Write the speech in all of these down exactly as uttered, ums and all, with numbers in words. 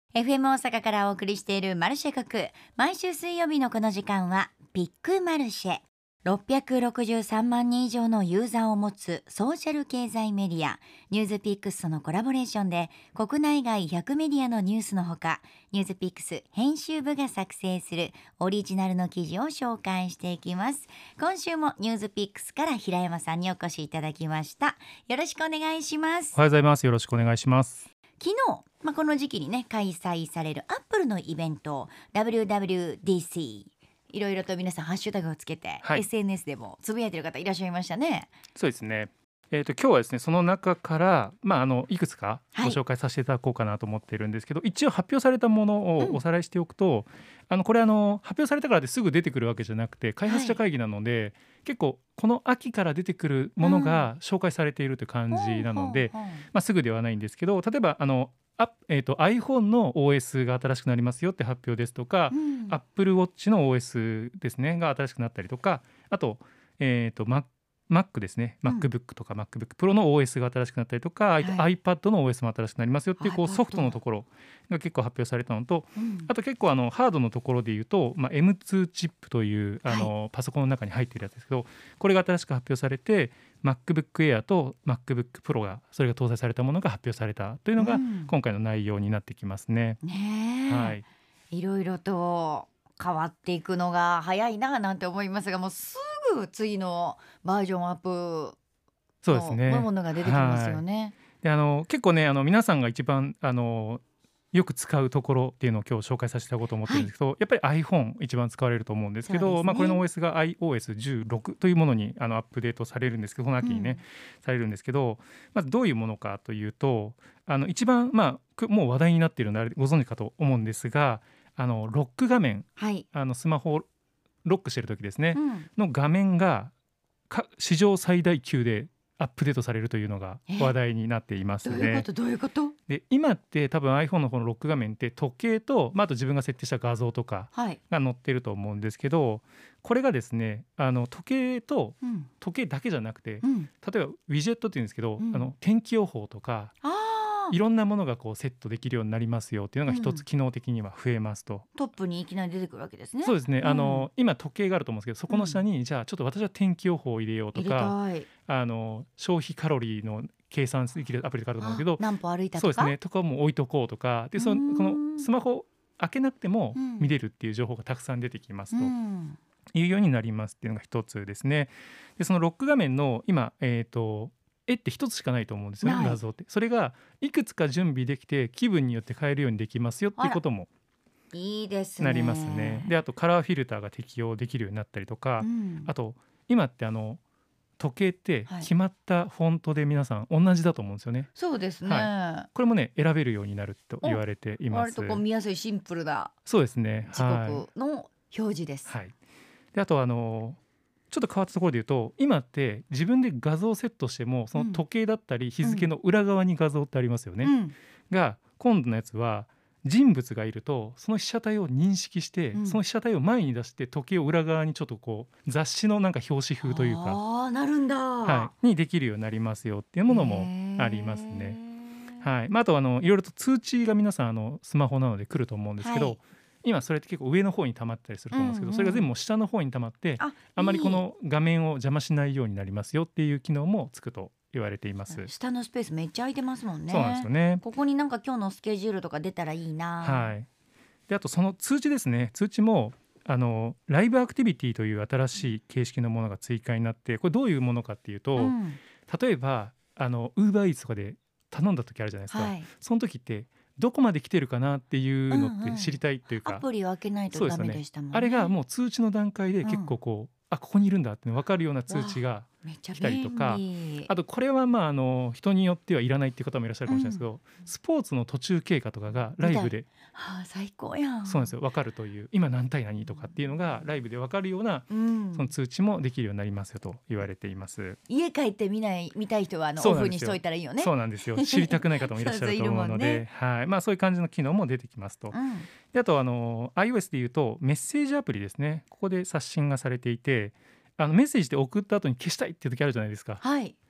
エフエム 大阪からお送りしているマルシェ国。毎週水曜日のこの時間はビッグマルシェ。ろっぴゃくろくじゅうさんまんにん以上のユーザーを持つソーシャル経済メディアニュースピックスとのコラボレーションで国内外ひゃくメディアのニュースのほか、ニュースピックス編集部が作成するオリジナルの記事を紹介していきます。今週もニュースピックスから平山さんにお越しいただきました。よろしくお願いします。 おはようございます。よろしくお願いします。 昨日、まあ、この時期にね開催されるアップルのイベント ダブリューダブリューディーシー、いろいろと皆さんハッシュタグをつけて、はい、エスエヌエス でもつぶやいてる方いらっしゃいましたね。 そうですね、えー、と今日はですねその中から、まあ、あのいくつかご紹介させていただこうかなと思っているんですけど、はい、一応発表されたものをおさらいしておくと、うん、あのこれあの発表されたからですぐ出てくるわけじゃなくて開発者会議なので、はい、結構この秋から出てくるものが紹介されているという感じなので、うんまあ、すぐではないんですけど、例えばあのあえー、と iPhone の オーエス が新しくなりますよって発表ですとか、うん、Apple Watch の オーエス ですねが新しくなったりとか、あと,、えーと Mac Mac ですね、うん、MacBook とか MacBook Pro の オーエス が新しくなったりとか、はい、iPad の オーエス も新しくなりますよっていう、こうソフトのところが結構発表されたのと、うん、あと結構あのハードのところでいうと、まあ、エムツー チップというあの、はい、パソコンの中に入っているやつですけど、これが新しく発表されて MacBook Air と MacBook Pro がそれが搭載されたものが発表されたというのが今回の内容になってきますね。 うん、ね、はい、いろいろと変わっていくのが早いななんて思いますが、もうすぐ次のバージョンアップのものが出てきますよね。 であの結構ねあの皆さんが一番あのよく使うところっていうのを今日紹介させていただこうと思ってるんですけど、はい、やっぱり iPhone 一番使われると思うんですけど、ねまあ、これの オーエス が アイオーエスじゅうろく というものにあのアップデートされるんですけど、この秋にね、うん、されるんですけど、まずどういうものかというと、あの一番、まあ、もう話題になっているのでご存知かと思うんですが、あのロック画面、はい、あのスマホをロックしてる時ですね、うん、の画面が史上最大級でアップデートされるというのが話題になっていますね。 どういうことどういうことで今って多分 iPhone のこのロック画面って時計と、まあ、あと自分が設定した画像とかが載ってると思うんですけど、はい、これがですねあの時計と、うん、時計だけじゃなくて、うん、例えばウィジェットっていうんですけど、うん、あの天気予報とかいろんなものがこうセットできるようになりますよっていうのが一つ機能的には増えますと、うん、 トップにいきなり出てくるわけですね。 そうですね、うん、あの今時計があると思うんですけど、そこの下に、うん、じゃあちょっと私は天気予報を入れようとか、あの消費カロリーの計算できるアプリとかあると思うんですけど、 何歩歩いたとか、 そうですねとかも置いとこうとかで、そのこのスマホ開けなくても見れるっていう情報がたくさん出てきますと、うんいうようになりますっていうのが一つですね。でそのロック画面の今、えーと絵って一つしかないと思うんですよね、画像って。それがいくつか準備できて気分によって変えるようにできますよっていうこともいいですね。 なりますね。であとカラーフィルターが適用できるようになったりとか、うん、あと今ってあの時計って決まったフォントで皆さん同じだと思うんですよね。 そうですね、 はい、これもね選べるようになると言われています。 割とこう見やすいシンプルなそうですね、 時刻の表示です。 はい、であとあのちょっと変わったところで言うと、今って自分で画像セットしてもその時計だったり日付の裏側に画像ってありますよね、うん、が今度のやつは人物がいるとその被写体を認識して、うん、その被写体を前に出して時計を裏側にちょっとこう雑誌のなんか表紙風というか、 あなるんだ、 はい、にできるようになりますよっていうものもありますね。はい、まあ、あとあのいろいろと通知が皆さんあのスマホなので来ると思うんですけど、はい、今それって結構上の方に溜まったりすると思うんですけど、うんうん、それが全部もう下の方に溜まって あ, あまりこの画面を邪魔しないようになりますよっていう機能もつくと言われています。 下のスペースめっちゃ空いてますもんね。 そうなんですよね。 ここになんか今日のスケジュールとか出たらいいな。 はい、であとその通知ですね。通知もあのライブアクティビティという新しい形式のものが追加になって、これどういうものかっていうと、うん、例えばあの Uber Eats とかで頼んだ時あるじゃないですか、はい、その時ってどこまで来てるかなっていうのって知りたいっていうか、 うんうん、アプリを開けないとダメでしたもんね。 あれがもう通知の段階で結構こう、うん、あここにいるんだって分かるような通知が来たりとか、あとこれはまああの人によってはいらないっていう方もいらっしゃるかもしれないですけど、うん、スポーツの途中経過とかがライブで、 はあ、最高やん。 そうなんですよ、分かるという、今何対何とかっていうのがライブで分かるような、うん、その通知もできるようになりますよと言われています。 家帰って見ない見たい人はあのオフにしといたらいいよね。 そうなんですよ、知りたくない方もいらっしゃると思うのでね、はい、まあ、そういう感じの機能も出てきますと、うん、であとあの iOS でいうとメッセージアプリですね。ここで刷新がされていて、あのメッセージで送った後に消したいっていう時あるじゃないですか。 はい、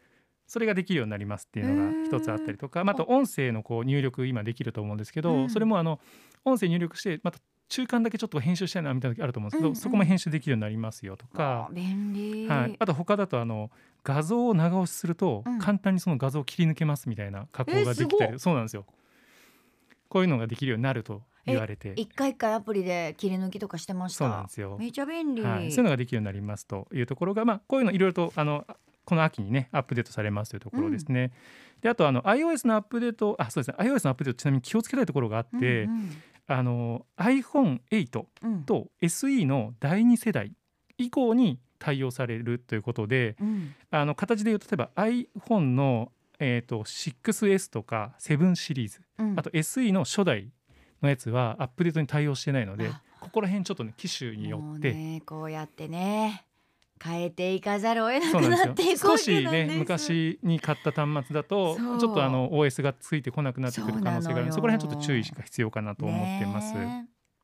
それができるようになりますっていうのが一つあったりとか、また音声のこう入力今できると思うんですけど、 うんそれもあの音声入力してまた中間だけちょっと編集したいなみたいな時あると思うんですけど、 うんうんそこも編集できるようになりますよとか、 あ便利、 はい、あと他だとあの画像を長押しするとうん簡単にその画像を切り抜けますみたいな加工ができたり、 えーすごいそうなんですよ。こういうのができるようになると言われて、 一回一回アプリで切り抜きとかしてました。 そうなんですよ。 めっちゃ便利、 はい、そういうのができるようになりますというところが、まあ、こういうのいろいろとあのこの秋にねアップデートされますというところですね。であとあの iOS のアップデート、あそうですね iOS のアップデートちなみに気をつけたいところがあって、 うんうんあの アイフォンエイトうんと エスイー のだいに世代以降に対応されるということで、 うんあの形で言うと例えば iPhone の、えー、と シックスエス とかセブンシリーズ、 うんあと エスイー の初代のやつはアップデートに対応してないので、 あここら辺ちょっとね機種によもうって、 ねこうやってね変えていかざるを得なそうくなんですよ。 なっていくわ少しけなんです。 ね昔に買った端末だとちそうょっとあの オーエス がついてこなくなってくる可能性があるので、 そうなのよそこら辺ちょっと注意が必要かなと思ってます。 ね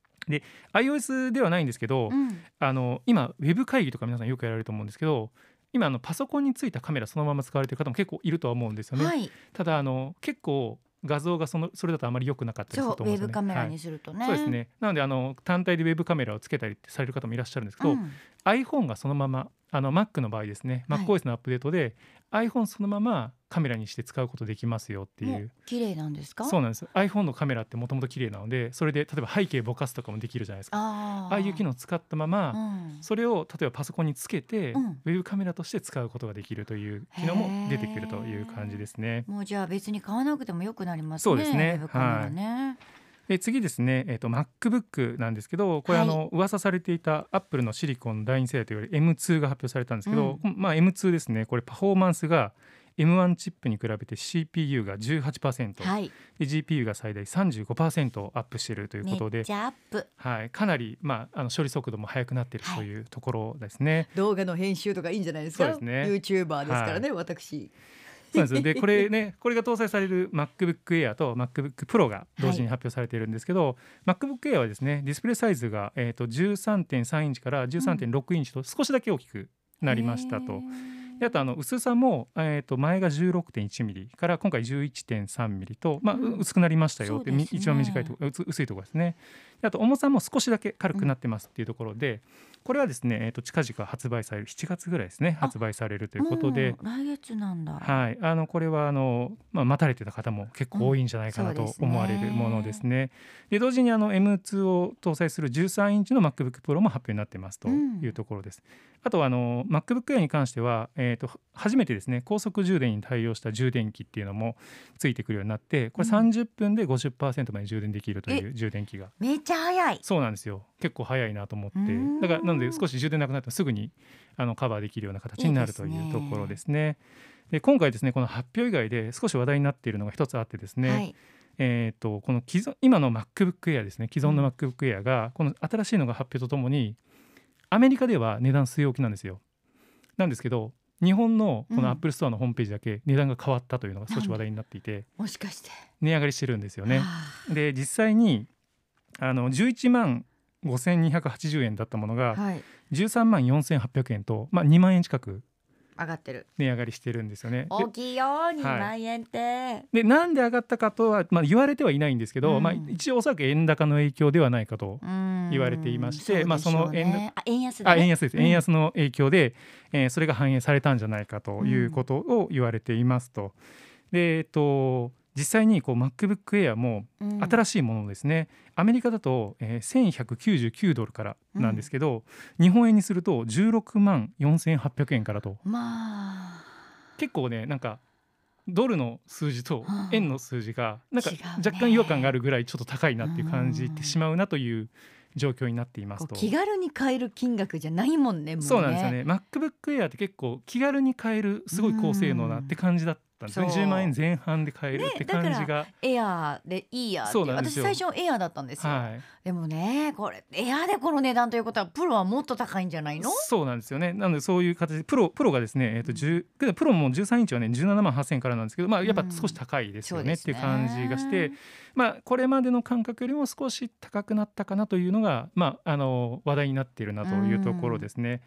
iOS ではないんですけど、 うんあの今ウェブ会議とか皆さんよくやられると思うんですけど、今あのパソコンについたカメラそのまま使われている方も結構いるとは思うんですよね。 はいただあの結構画像がそのそれだとあまり良くなかったりすそうウェると思うんですよね。 ブカメラにはいするとね、 そうですね。なのであの単体でウェブカメラをつけたりってされる方もいらっしゃるんですけど、 うん iPhone がそのままあの Mac の場合ですね、 はい MacOS のアップデートで iPhone そのままカメラにして使うことできますよっていもうう。 綺麗なんですか？ そうなんです。 iPhone のカメラってもともと綺麗なので、それで例えば背景ぼかすとかもできるじゃないですか。 あーああいう機能を使ったまま、 うんそれを例えばパソコンにつけて、 うんウェブカメラとして使うことができるという機能も出てくるという感じですね。 もうじゃあ別に買わなくてもよくなりますね。 そうですねウェブカメラね、 で次ですね、えー、と MacBook なんですけど、これはいあの噂されていた Apple のシリコンだいに世代といわれる エムツー が発表されたんですけど、まあ、エムツー ですね。これパフォーマンスが エムワン チップに比べて シーピーユー が じゅうはちパーセント、 はいで ジーピーユー が最大 さんじゅうごパーセント アップしているということで、 めっちゃアップ。 はい、かなり、まあ、あの処理速度も速くなっているはいというところですね。 動画の編集とかいいんじゃないですか？ そうですね YouTuber ですからね、私。 そうなんですよ。でこれねこれが搭載される MacBook Air と MacBook Pro が同時に発表されているんですけど、MacBook Air はですねディスプレイサイズが、えー、と じゅうさんてんさんインチからじゅうさんてんろくインチと少しだけ大きくなりましたと。 へーであとあの薄さも、えー、と前が じゅうろくてんいちミリから今回 じゅういってんさんミリと、まあうん薄くなりましたよって、 そうですね一番短いところ薄薄いところですね。であと重さも少しだけ軽くなってますっていうところで、これはですね、えー、と近々発売されるしちがつぐらいですね発売されるということで、 うん来月なんだ。 はい、あのこれはあの、まあ、待たれてた方も結構多いんじゃないかなとうんそうですね思われるものですね。で同時にあの エムツー を搭載するじゅうさんインチの MacBook Pro も発表になってますというところです。あとはあの MacBook Air に関しては、えー、と初めてですね高速充電に対応した充電器っていうのもついてくるようになって、これさんじゅっぷんで ごじゅっパーセント まで充電できるという充電器が、 めっちゃ早い。 そうなんですよ。結構早いなと思ってうーん、 だからなので少し充電なくなってもすぐにあのカバーできるような形になるというところですね。で今回ですねこの発表以外で少し話題になっているのが一つあってですね、 はいえー、とこの既存今の MacBook Air ですね、既存の MacBook Air がこの新しいのが発表とともにアメリカでは値段据え置きなんですよ。なんですけど日本のこの Apple ストアのホームページだけ値段が変わったというのが少し話題になっていて、 もしかして値上がりしてるんですよね。 はあで実際にあのじゅういちまんごせんにひゃくはちじゅうえんだったものがはいじゅうさんまんよんせんはっぴゃくえんと、まあ、にまんえん近く上がってる。 値上がりしてるんですよね。で大きいよにまんえんって、 でなんで上がったかとは、まあ、言われてはいないんですけど、 うんまあ、一応おそらく円高の影響ではないかとうん言われていましてうまあそのでしょうねあ円安だね。 あ円安です、 うん円安の影響で、えーそれが反映されたんじゃないかということを言われていますと。でえっと実際にこう MacBook Air もうん新しいものですね、アメリカだと、えーせんひゃくきゅうじゅうきゅうドルからなんですけど、日本円にするとじゅうろくまんよんせんはっぴゃくえんからと、 まあ結構ねなんかドルの数字とはあ円の数字がなんか違うね若干違和感があるぐらいちょっと高いなっていう感じてしまうなという状況になっています。 ことう気軽に買える金額じゃないもんね。もうねそうなんですよね。 MacBook Air って結構気軽に買えるすごい高性能なって感じだったんですね。 そうじゅうまんえんぜん半で買えるって感じねだが、 エアーでいいやってそうなんですよ私最初エアーだったんですよ、 はい、 でもねこれエアーでこの値段ということはプロはもっと高いんじゃないの？ そうなんですよね。なのでそういう形でプロプロがですね、えー、とじゅうプロもじゅうさんインチはねじゅうななまんはっせんからなんですけど、まあ、やっぱ少し高いですよね、 うんっていう感じがして、 そうですねまあ、これまでの感覚よりも少し高くなったかなというのが、まあ、あの話題になっているなというところですね。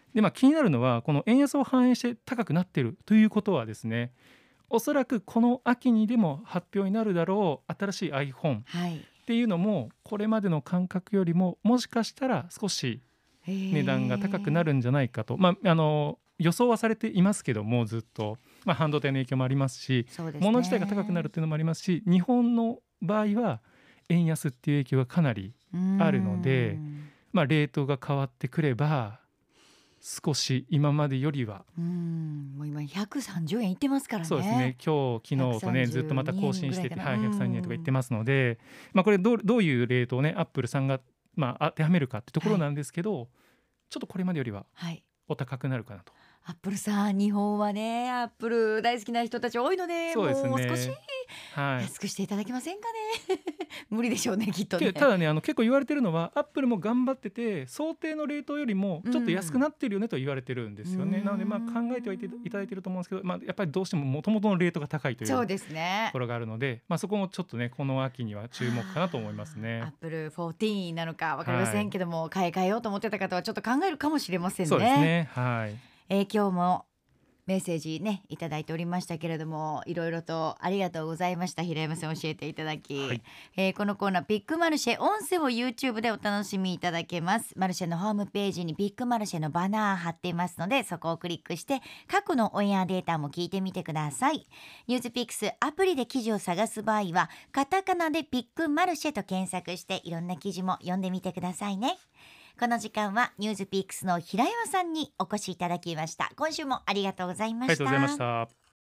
で、まあ、気になるのはこの円安を反映して高くなっているということはですね、おそらくこの秋にでも発表になるだろう新しい iPhone っはいていうのもこれまでの感覚よりももしかしたら少し値段が高くなるんじゃないかと、まあ、あの予想はされていますけどもずっと、まあ、半導体の影響もありますし、 そうですね、 物自体が高くなるっていうのもありますし、日本の場合は円安っていう影響がかなりあるので、まあ、レートが変わってくれば少し今までよりは、 うーんもう今ひゃくさんじゅうえんいってますからね。 そうですね、今日昨日とねずっとまた更新してて、はい、ひゃくさんじゅうにえんとか言ってますので、まあ、これどう、どういうレートをねアップルさんが、まあ、当てはめるかってところなんですけど、ちょっとこれまでよりははいお高くなるかなと。 アップルさん、日本はねアップル大好きな人たち多いので、 そうですね、 もう少しはい、 安くしていただけませんかね無理でしょうねきっとね。 けただね、あの結構言われてるのはアップルも頑張ってて想定のレートよりもちょっと安くなってるよねと言われてるんですよね、 うんなのでまあ考えてはいていただいてると思うんですけど、まあ、やっぱりどうしても元々のレートが高いというそうとですね。 ころがあるので、まあ、そこもちょっとねこの秋には注目かなと思いますアッね。 プルじゅうよんなのか分かりませんけども、買い替えようと思ってた方はちょっと考えるかもしれませんね。 そうですね、はい、 えー今日もメッセージねいただいておりましたけれども、いろいろとありがとうございました。平山さん教えていただき、 はいえーこのコーナービッグマルシェ音声を YouTube でお楽しみいただけます。マルシェのホームページにビッグマルシェのバナー貼っていますので、そこをクリックして過去のオンエアデータも聞いてみてください。ニュースピックスアプリで記事を探す場合はカタカナでビッグマルシェと検索していろんな記事も読んでみてくださいね。この時間はニュースピックスの平山さんにお越しいただきました。今週もありがとうございました。 ありがとうございました。